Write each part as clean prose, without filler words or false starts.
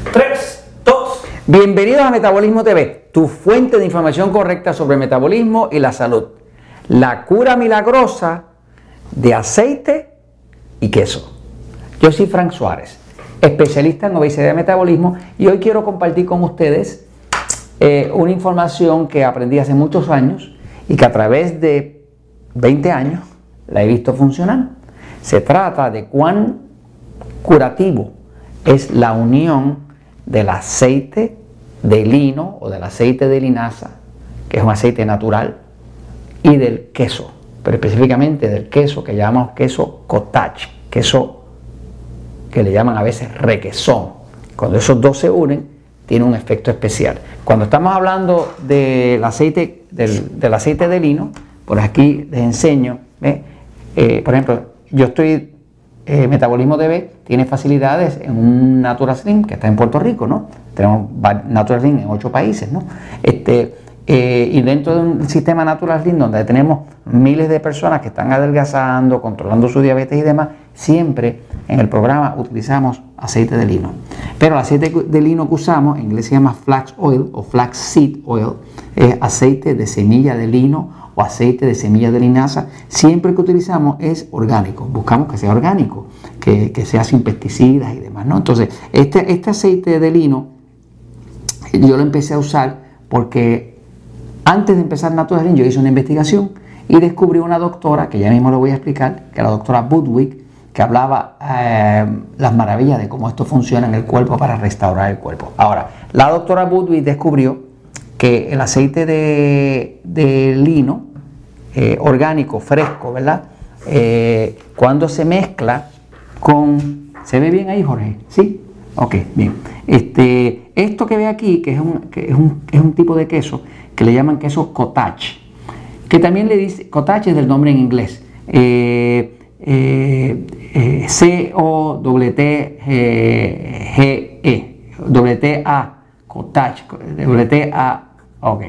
3, 2. Bienvenidos a Metabolismo TV, tu fuente de información correcta sobre el metabolismo y la salud. La cura milagrosa de aceite y queso. Yo soy Frank Suárez, especialista en obesidad y metabolismo, y hoy quiero compartir con ustedes una información que aprendí hace muchos años y que a través de 20 años la he visto funcionar. Se trata de cuán curativo es la unión del aceite de lino o del aceite de linaza, que es un aceite natural, y del queso, pero específicamente del queso que llamamos queso cottage, queso que le llaman a veces requesón. Cuando esos dos se unen, tiene un efecto especial. Cuando estamos hablando del aceite de lino, por aquí les enseño, por ejemplo, yo estoy, Metabolismo TV tiene facilidades en un Natural Slim que está en Puerto Rico, ¿no? Tenemos Natural Slim en 8 países, ¿no? Y dentro de un sistema Natural Slim donde tenemos miles de personas que están adelgazando, controlando su diabetes y demás, siempre en el programa utilizamos aceite de lino. Pero el aceite de lino que usamos, en inglés se llama flax oil o flax seed oil, es aceite de semilla de lino o aceite de semilla de linaza. Siempre que utilizamos es orgánico, buscamos que sea orgánico, que sea sin pesticidas y demás, ¿no? Entonces, este aceite de lino yo lo empecé a usar porque antes de empezar Natural Slim yo hice una investigación y descubrí una doctora, que ya mismo lo voy a explicar, que es la doctora Budwig, que hablaba las maravillas de cómo esto funciona en el cuerpo para restaurar el cuerpo. Ahora, la doctora Budwig descubrió que el aceite de lino orgánico, fresco, ¿verdad? Cuando se mezcla con... ¿Se ve bien ahí, Jorge? ¿Sí? Ok, bien. Esto que ve aquí, que es un tipo de queso, que le llaman queso cottage, que también le dice, cottage es del nombre en inglés, C-O-T-T-G-E, W-T-A, cottage, W-T-A, ok,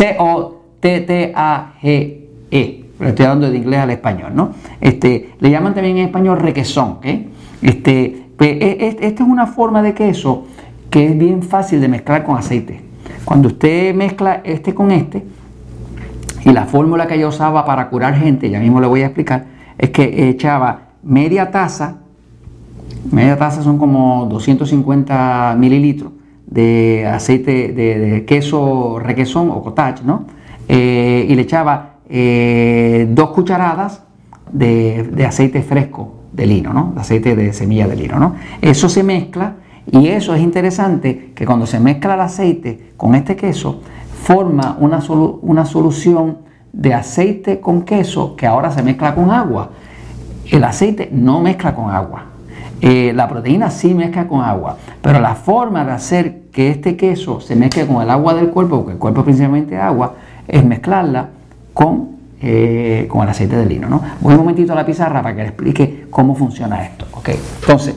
C-O-T-T-A-G-E, lo estoy hablando de inglés al español, ¿no? Le llaman también en español requesón, ¿ok? Esta es una forma de queso que es bien fácil de mezclar con aceite. Cuando usted mezcla este con este, y la fórmula que yo usaba para curar gente, ya mismo le voy a explicar, es que echaba media taza son como 250 mililitros de aceite de queso requesón o cottage, ¿no? Y le echaba 2 cucharadas de aceite fresco de lino, ¿no? De aceite de semilla de lino, ¿no? Eso se mezcla, y eso es interesante, que cuando se mezcla el aceite con este queso, forma una solución de aceite con queso que ahora se mezcla con agua. El aceite no mezcla con agua, la proteína sí mezcla con agua, pero la forma de hacer que este queso se mezcle con el agua del cuerpo, porque el cuerpo es principalmente agua, es mezclarla con el aceite de lino, ¿no? Voy un momentito a la pizarra para que le explique cómo funciona esto, ¿ok? Entonces,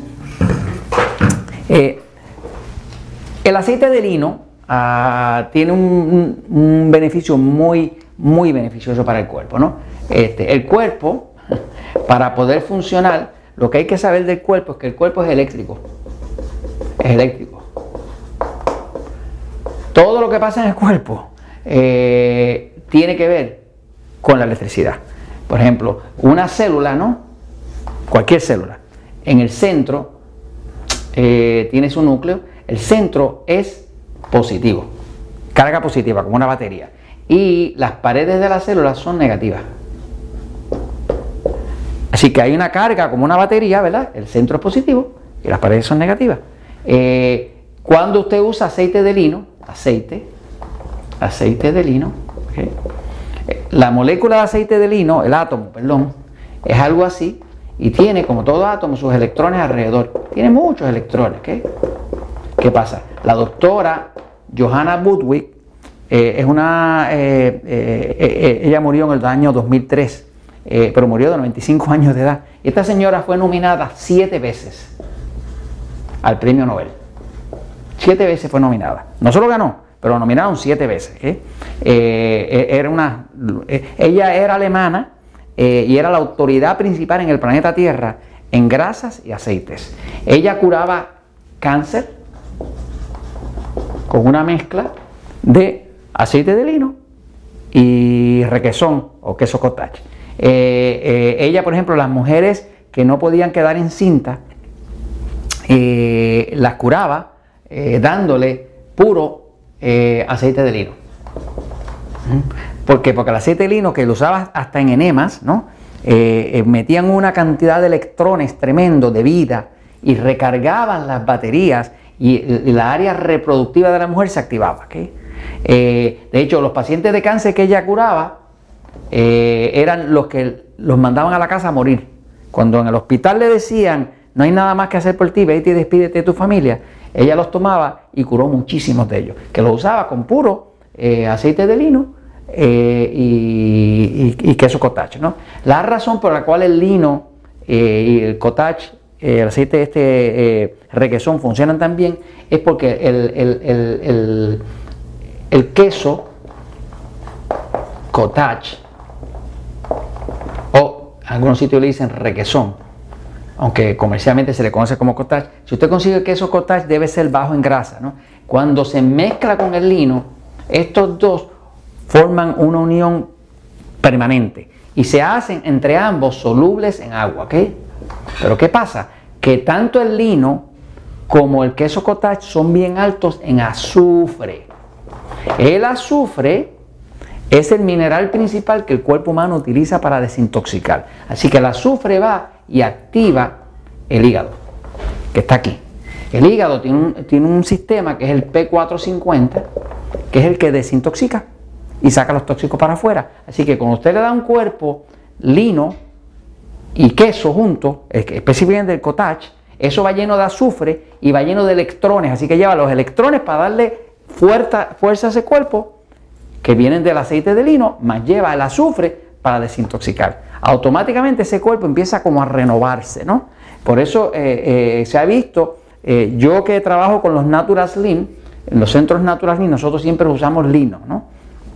el aceite de lino tiene un beneficio muy beneficioso para el cuerpo, ¿no? El cuerpo, para poder funcionar, lo que hay que saber del cuerpo es que el cuerpo es eléctrico. Es eléctrico. Todo lo que pasa en el cuerpo tiene que ver con la electricidad. Por ejemplo, una célula, ¿no? Cualquier célula. En el centro tiene su núcleo. El centro es positivo, carga positiva, como una batería. Y las paredes de la célula son negativas. Así que hay una carga como una batería, ¿verdad? El centro es positivo y las paredes son negativas. Cuando usted usa aceite de lino, aceite de lino, ¿okay? La molécula de aceite de lino, el átomo, perdón, es algo así y tiene, como todo átomo, sus electrones alrededor. Tiene muchos electrones, ¿ok? ¿Qué pasa? La doctora Johanna Budwig ella murió en el año 2003, pero murió de 95 años de edad. Y esta señora fue nominada 7 veces al premio Nobel. 7 veces fue nominada. No solo ganó, pero nominaron 7 veces. Ella era alemana y era la autoridad principal en el planeta Tierra en grasas y aceites. Ella curaba cáncer, con una mezcla de aceite de lino y requesón o queso cottage. Ella, por ejemplo, las mujeres que no podían quedar encintas, las curaba dándole puro aceite de lino. ¿Por qué? Porque el aceite de lino, que lo usaba hasta en enemas, ¿no? Metían una cantidad de electrones tremendo de vida y recargaban las baterías y la área reproductiva de la mujer se activaba. ¿Okay? De hecho, los pacientes de cáncer que ella curaba eran los que los mandaban a la casa a morir. Cuando en el hospital le decían, no hay nada más que hacer por ti, vete y despídete de tu familia, ella los tomaba y curó muchísimos de ellos, que los usaba con puro aceite de lino y queso cottage, ¿no? La razón por la cual el lino y el cottage, el aceite requesón funcionan tan bien es porque el queso cottage, o algunos sitios le dicen requesón, aunque comercialmente se le conoce como cottage. Si usted consigue el queso cottage, debe ser bajo en grasa, ¿no? Cuando se mezcla con el lino, estos dos forman una unión permanente y se hacen entre ambos solubles en agua, ¿ok? Pero ¿qué pasa? Que tanto el lino como el queso cottage son bien altos en azufre. El azufre es el mineral principal que el cuerpo humano utiliza para desintoxicar. Así que el azufre va y activa el hígado, que está aquí. El hígado tiene un sistema que es el P450, que es el que desintoxica y saca los tóxicos para afuera. Así que cuando usted le da a un cuerpo lino y queso juntos, específicamente el cottage, eso va lleno de azufre y va lleno de electrones. Así que lleva los electrones para darle fuerza a ese cuerpo, que vienen del aceite de lino, más lleva el azufre para desintoxicar. Automáticamente ese cuerpo empieza como a renovarse, ¿no? Por eso se ha visto, yo que trabajo con los Natural Slim, en los centros Natural Slim nosotros siempre usamos lino, ¿no?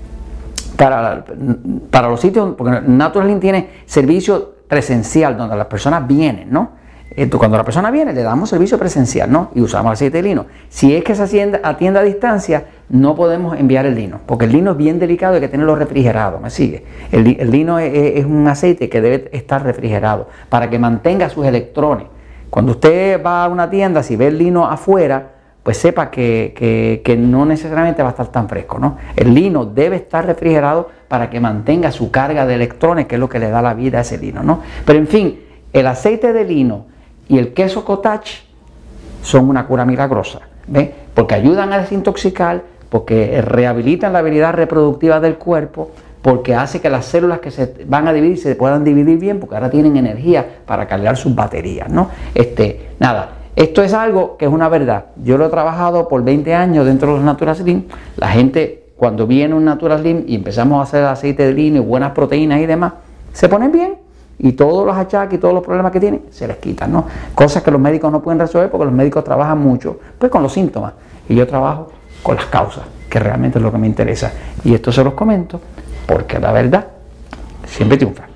Para los sitios, porque Natural Slim tiene servicio presencial donde las personas vienen, ¿no? Cuando la persona viene le damos servicio presencial, ¿no? Y usamos aceite de lino. Si es que se atiende a distancia, no podemos enviar el lino, porque el lino es bien delicado y hay que tenerlo refrigerado, ¿me sigue? El lino es un aceite que debe estar refrigerado para que mantenga sus electrones. Cuando usted va a una tienda, si ve el lino afuera, pues sepa que no necesariamente va a estar tan fresco, ¿no? El lino debe estar refrigerado para que mantenga su carga de electrones, que es lo que le da la vida a ese lino, ¿no? Pero en fin, el aceite de lino y el queso cottage son una cura milagrosa, ¿ve? Porque ayudan a desintoxicar, porque rehabilitan la habilidad reproductiva del cuerpo, porque hace que las células que se van a dividir se puedan dividir bien, porque ahora tienen energía para cargar sus baterías, ¿no? Nada, esto es algo que es una verdad. Yo lo he trabajado por 20 años dentro de los Natural Slim. La gente, cuando viene un Natural Slim y empezamos a hacer aceite de lino y buenas proteínas y demás, se ponen bien. Y todos los achaques y todos los problemas que tienen se les quitan, ¿no? Cosas que los médicos no pueden resolver porque los médicos trabajan mucho pues con los síntomas y yo trabajo con las causas, que realmente es lo que me interesa. Y esto se los comento porque la verdad siempre triunfa.